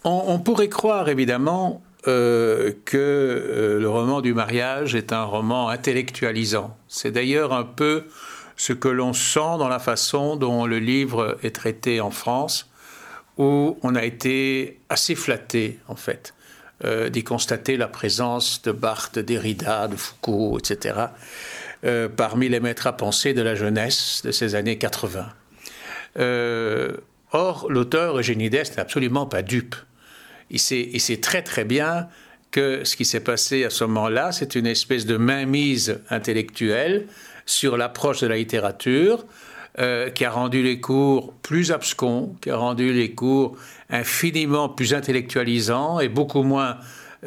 On pourrait croire évidemment que le roman du mariage est un roman intellectualisant. C'est d'ailleurs un peu ce que l'on sent dans la façon dont le livre est traité en France, où on a été assez flatté, en fait, d'y constater la présence de Barthes, de Derrida, de Foucault, etc., parmi les maîtres à penser de la jeunesse de ces années 80. Or, l'auteur Eugénie Dès n'est absolument pas dupe. Il sait très très bien que ce qui s'est passé à ce moment-là, c'est une espèce de mainmise intellectuelle sur l'approche de la littérature qui a rendu les cours plus abscons, qui a rendu les cours infiniment plus intellectualisants et beaucoup moins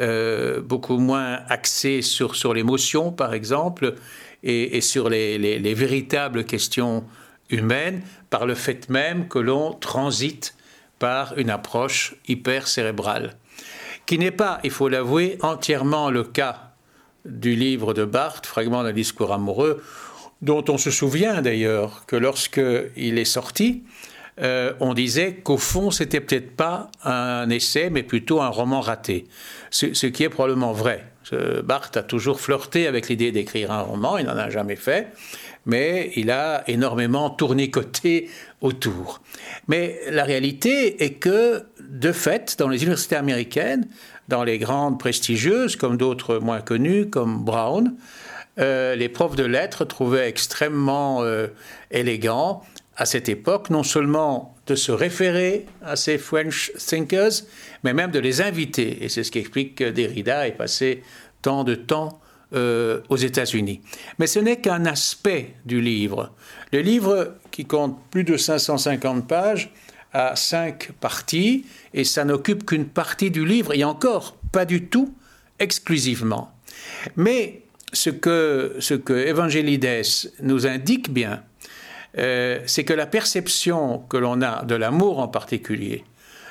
axés sur l'émotion, par exemple, et sur les véritables questions humaines, par le fait même que l'on transite par une approche hyper-cérébrale, qui n'est pas, il faut l'avouer, entièrement le cas du livre de Barthes, Fragment d'un discours amoureux, dont on se souvient d'ailleurs que lorsqu'il est sorti, on disait qu'au fond, c'était peut-être pas un essai, mais plutôt un roman raté, ce qui est probablement vrai. Barthes a toujours flirté avec l'idée d'écrire un roman, il n'en a jamais fait, mais il a énormément tournicoté autour. Mais la réalité est que, de fait, dans les universités américaines, dans les grandes prestigieuses, comme d'autres moins connues, comme Brown, les profs de lettres trouvaient extrêmement élégant, à cette époque, non seulement de se référer à ces French thinkers, mais même de les inviter. Et c'est ce qui explique que Derrida ait passé tant de temps aux États-Unis. Mais ce n'est qu'un aspect du livre. Le livre, qui compte plus de 550 pages, a 5 parties, et ça n'occupe qu'une partie du livre, et encore pas du tout exclusivement. Mais ce que Evangélides nous indique bien, c'est que la perception que l'on a de l'amour en particulier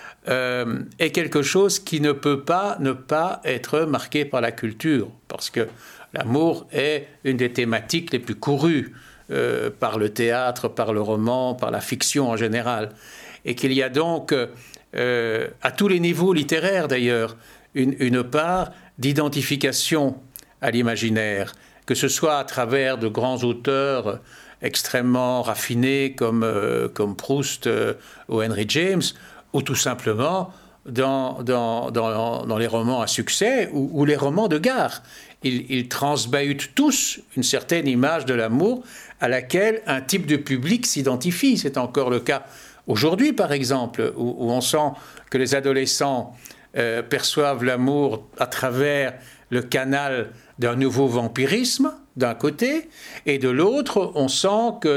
est quelque chose qui ne peut pas ne pas être marqué par la culture, parce que l'amour est une des thématiques les plus courues par le théâtre, par le roman, par la fiction en général, et qu'il y a donc, à tous les niveaux littéraires d'ailleurs, une part d'identification à l'imaginaire, que ce soit à travers de grands auteurs extrêmement raffinés comme Proust ou Henry James, ou tout simplement dans les romans à succès ou les romans de gare. Ils transbahutent tous une certaine image de l'amour à laquelle un type de public s'identifie. C'est encore le cas aujourd'hui, par exemple, où on sent que les adolescents perçoivent l'amour à travers le canal d'un nouveau vampirisme, d'un côté, et de l'autre, on sent que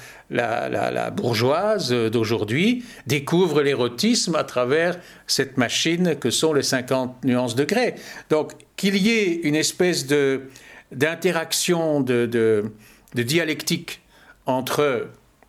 la bourgeoise d'aujourd'hui découvre l'érotisme à travers cette machine que sont les 50 nuances de Grey. Donc, qu'il y ait une espèce d'interaction, de dialectique entre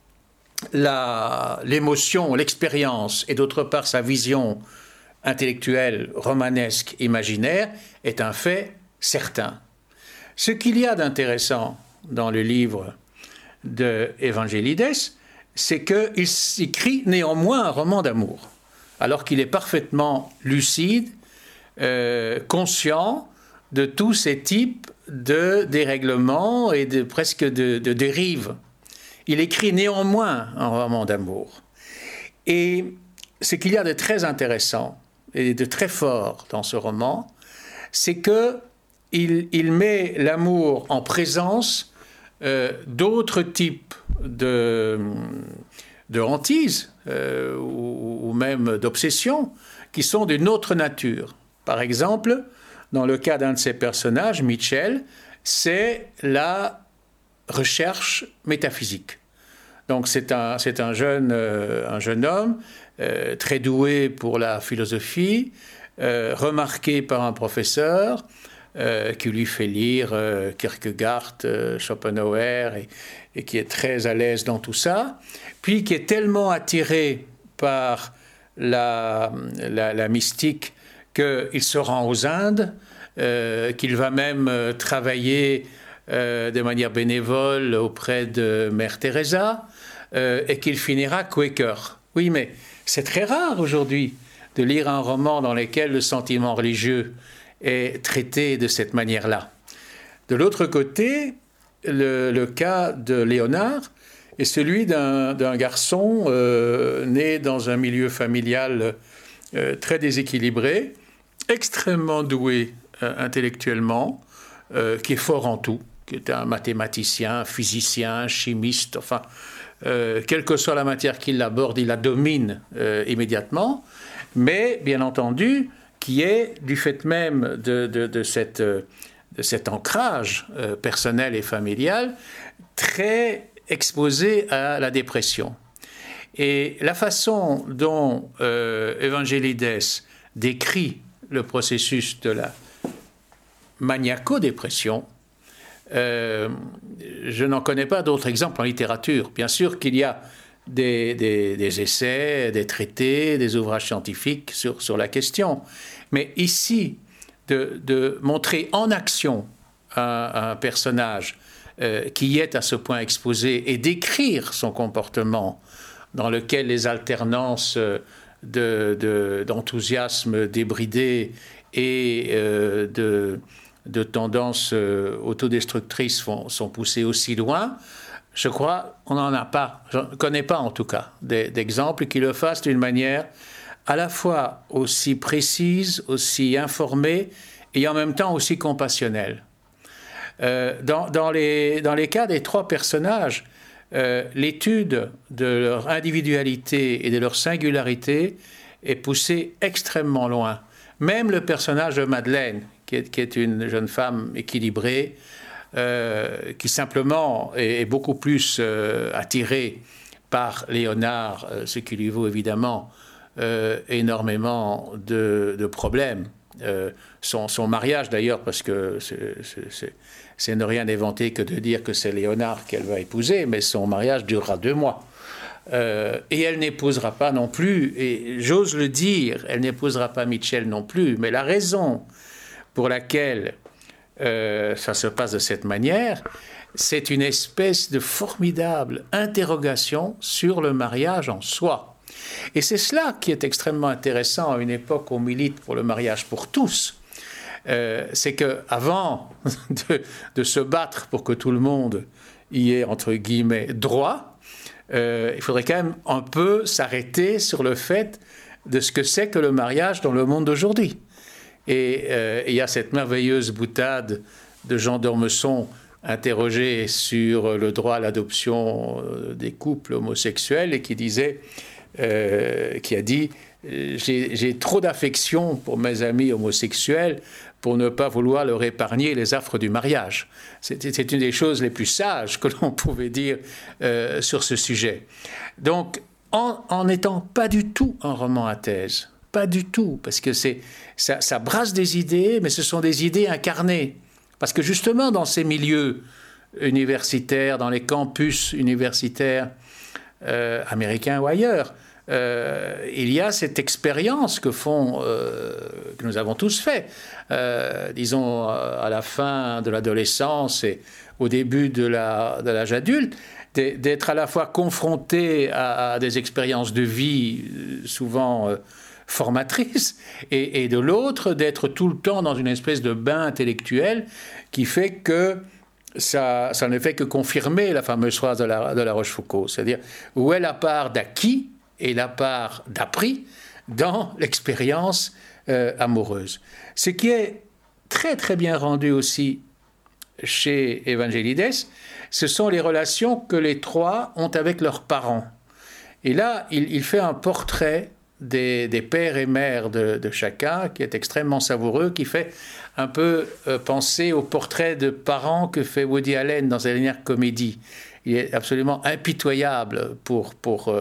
l'émotion, l'expérience, et d'autre part sa vision intellectuelle, romanesque, imaginaire, est un fait certain. Ce qu'il y a d'intéressant dans le livre de Evangélides, c'est qu'il écrit néanmoins un roman d'amour, alors qu'il est parfaitement lucide, conscient de tous ces types de dérèglements et presque de dérives. Il écrit néanmoins un roman d'amour. Et ce qu'il y a de très intéressant et de très fort dans ce roman, c'est qu'il met l'amour en présence d'autres types de hantises ou même d'obsessions qui sont d'une autre nature. Par exemple, dans le cas d'un de ces personnages, Mitchell, c'est la recherche métaphysique. Donc c'est un jeune homme très doué pour la philosophie, remarqué par un professeur qui lui fait lire Kierkegaard, Schopenhauer, et qui est très à l'aise dans tout ça, puis qui est tellement attiré par la mystique qu'il se rend aux Indes, qu'il va même travailler de manière bénévole auprès de Mère Teresa, et qu'il finira Quaker. Oui, mais c'est très rare aujourd'hui de lire un roman dans lequel le sentiment religieux est traité de cette manière-là. De l'autre côté, le cas de Léonard est celui d'un garçon né dans un milieu familial très déséquilibré, extrêmement doué intellectuellement, qui est fort en tout, qui est un mathématicien, physicien, chimiste, enfin, quelle que soit la matière qu'il aborde, il la domine immédiatement, mais bien entendu, qui est, du fait même de cet ancrage personnel et familial, très exposé à la dépression. Et la façon dont Evangelides décrit le processus de la maniaco-dépression, je n'en connais pas d'autres exemples en littérature. Bien sûr qu'il y a des essais, des traités, des ouvrages scientifiques sur la question. Mais ici, de montrer en action un personnage qui est à ce point exposé et d'écrire son comportement dans lequel les alternances d'enthousiasme débridé et de tendances autodestructrices sont poussées aussi loin, je crois qu'on n'en a pas, je ne connais pas en tout cas, d'exemples qui le fassent d'une manière à la fois aussi précise, aussi informée et en même temps aussi compassionnelle. Dans les cas des trois personnages, l'étude de leur individualité et de leur singularité est poussée extrêmement loin. Même le personnage de Madeleine, qui est une jeune femme équilibrée, qui simplement est beaucoup plus attirée par Léonard, ce qui lui vaut évidemment énormément de problèmes. Son mariage d'ailleurs, parce que c'est ne rien inventer que de dire que c'est Léonard qu'elle va épouser, mais son mariage durera 2 mois. Et elle n'épousera pas non plus, et j'ose le dire, elle n'épousera pas Mitchell non plus, mais la raison pour laquelle ça se passe de cette manière, c'est une espèce de formidable interrogation sur le mariage en soi. Et c'est cela qui est extrêmement intéressant à une époque où on milite pour le mariage pour tous. C'est qu'avant de se battre pour que tout le monde y ait, entre guillemets, droit, il faudrait quand même un peu s'arrêter sur le fait de ce que c'est que le mariage dans le monde d'aujourd'hui. Et il y a cette merveilleuse boutade de Jean d'Ormesson interrogé sur le droit à l'adoption des couples homosexuels et qui disait, qui a dit « J'ai trop d'affection pour mes amis homosexuels pour ne pas vouloir leur épargner les affres du mariage. » C'est une des choses les plus sages que l'on pouvait dire sur ce sujet. Donc, en n'étant pas du tout un roman à thèse, pas du tout, parce que ça brasse des idées, mais ce sont des idées incarnées. Parce que justement, dans ces milieux universitaires, dans les campus universitaires américains ou ailleurs, il y a cette expérience que nous avons tous fait, disons à la fin de l'adolescence et au début de l'âge adulte, d'être à la fois confronté à des expériences de vie souvent formatrice, et de l'autre, d'être tout le temps dans une espèce de bain intellectuel qui fait que ça ne fait que confirmer la fameuse phrase de la Rochefoucauld, c'est-à-dire où est la part d'acquis et la part d'appris dans l'expérience amoureuse. Ce qui est très très bien rendu aussi chez Evangelides, ce sont les relations que les trois ont avec leurs parents. Et là, il fait un portrait des pères et mères de chacun, qui est extrêmement savoureux, qui fait un peu penser au portrait de parents que fait Woody Allen dans sa dernière comédie. Il est absolument impitoyable pour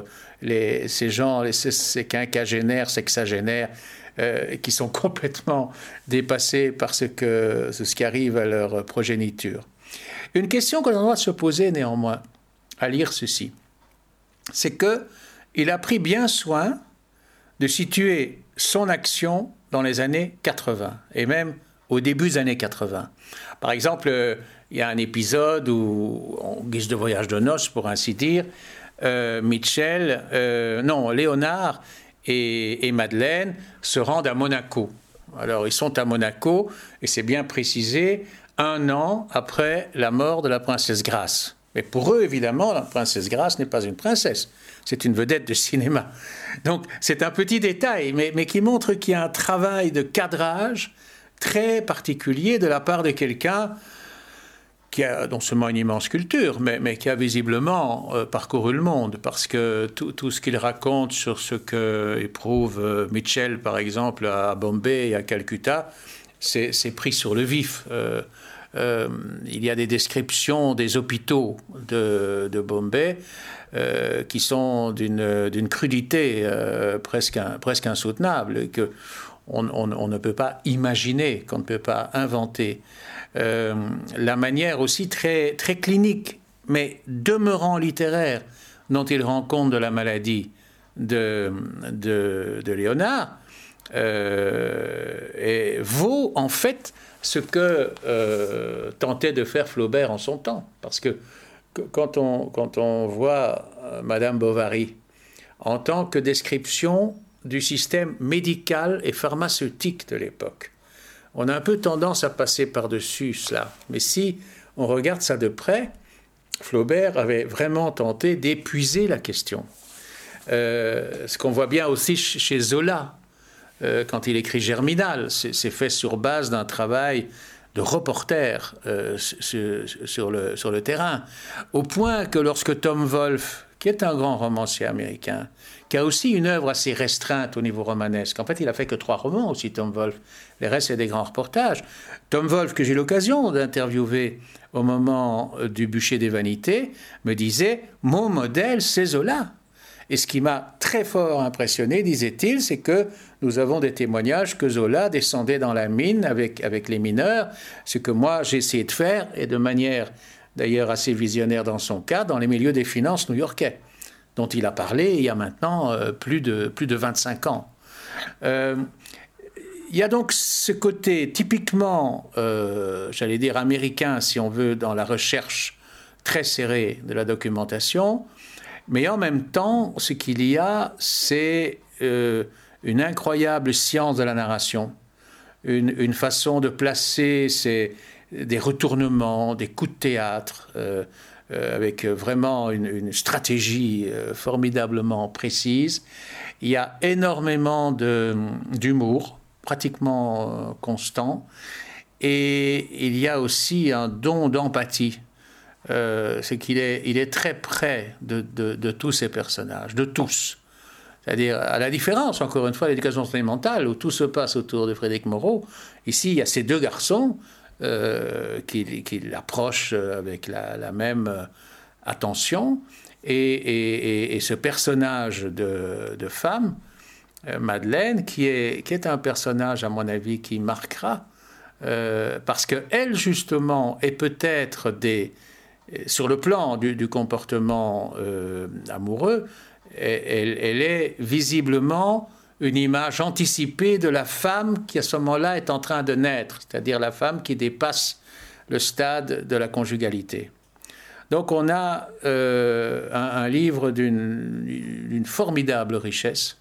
ces gens, ces quinquagénaires, sexagénaires, qui sont complètement dépassés par ce qui arrive à leur progéniture. Une question que l'on doit se poser néanmoins à lire ceci, c'est qu'il a pris bien soin de situer son action dans les années 80, et même au début des années 80. Par exemple, il y a un épisode où, en guise de voyage de noces, pour ainsi dire, Léonard et Madeleine se rendent à Monaco. Alors ils sont à Monaco, et c'est bien précisé, 1 an après la mort de la princesse Grace. Mais pour eux, évidemment, la princesse Grace n'est pas une princesse, c'est une vedette de cinéma. Donc c'est un petit détail, mais qui montre qu'il y a un travail de cadrage très particulier de la part de quelqu'un qui a non seulement une immense culture, mais qui a visiblement parcouru le monde, parce que tout ce qu'il raconte sur ce qu'éprouve Mitchell, par exemple, à Bombay et à Calcutta, c'est pris sur le vif. Il y a des descriptions des hôpitaux de Bombay qui sont d'une crudité presque insoutenable, qu'on ne peut pas imaginer, qu'on ne peut pas inventer. La manière aussi très, très clinique, mais demeurant littéraire, dont il rend compte de la maladie de Léonard, et vaut en fait ce que tentait de faire Flaubert en son temps. Parce que quand on voit Madame Bovary en tant que description du système médical et pharmaceutique de l'époque, on a un peu tendance à passer par-dessus cela. Mais si on regarde ça de près, Flaubert avait vraiment tenté d'épuiser la question. Ce qu'on voit bien aussi chez Zola, quand il écrit Germinal, c'est fait sur base d'un travail de reporter sur le terrain. Au point que lorsque Tom Wolfe, qui est un grand romancier américain, qui a aussi une œuvre assez restreinte au niveau romanesque. En fait, il n'a fait que 3 romans aussi, Tom Wolfe. Les restes, c'est des grands reportages. Tom Wolfe, que j'ai eu l'occasion d'interviewer au moment du Bûcher des Vanités, me disait « Mon modèle, c'est Zola ». Et ce qui m'a très fort impressionné, disait-il, c'est que nous avons des témoignages que Zola descendait dans la mine avec les mineurs, ce que moi j'ai essayé de faire, et de manière d'ailleurs assez visionnaire dans son cas, dans les milieux des finances new-yorkais, dont il a parlé il y a maintenant plus de 25 ans. Il y a donc ce côté typiquement, j'allais dire américain, si on veut, dans la recherche très serrée de la documentation, mais en même temps, ce qu'il y a, c'est une incroyable science de la narration, une façon de placer des retournements, des coups de théâtre, avec vraiment une stratégie formidablement précise. Il y a énormément d'humour, pratiquement constant, et il y a aussi un don d'empathie. C'est qu'il est très près de tous ces personnages, de tous. C'est-à-dire, à la différence, encore une fois, de l'éducation sentimentale, où tout se passe autour de Frédéric Moreau, ici, il y a ces 2 garçons qui l'approchent avec la même attention, et ce personnage de femme, Madeleine, qui est un personnage, à mon avis, qui marquera, parce qu'elle, justement, est peut-être sur le plan du comportement amoureux, elle est visiblement une image anticipée de la femme qui, à ce moment-là, est en train de naître, c'est-à-dire la femme qui dépasse le stade de la conjugalité. Donc on a un livre d'une formidable richesse,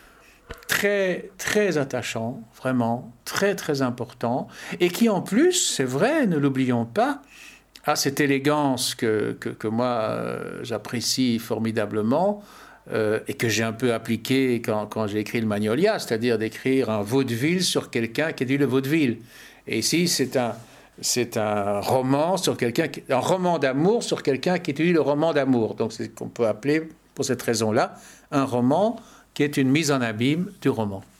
très, très attachant, vraiment, très, très important, et qui en plus, c'est vrai, ne l'oublions pas, a cette élégance que moi j'apprécie formidablement, et que j'ai un peu appliqué quand j'ai écrit le Magnolia, c'est-à-dire d'écrire un vaudeville sur quelqu'un qui dit le vaudeville. Et ici, c'est un roman sur un roman d'amour sur quelqu'un qui étudie le roman d'amour. Donc c'est ce qu'on peut appeler, pour cette raison-là, un roman qui est une mise en abîme du roman.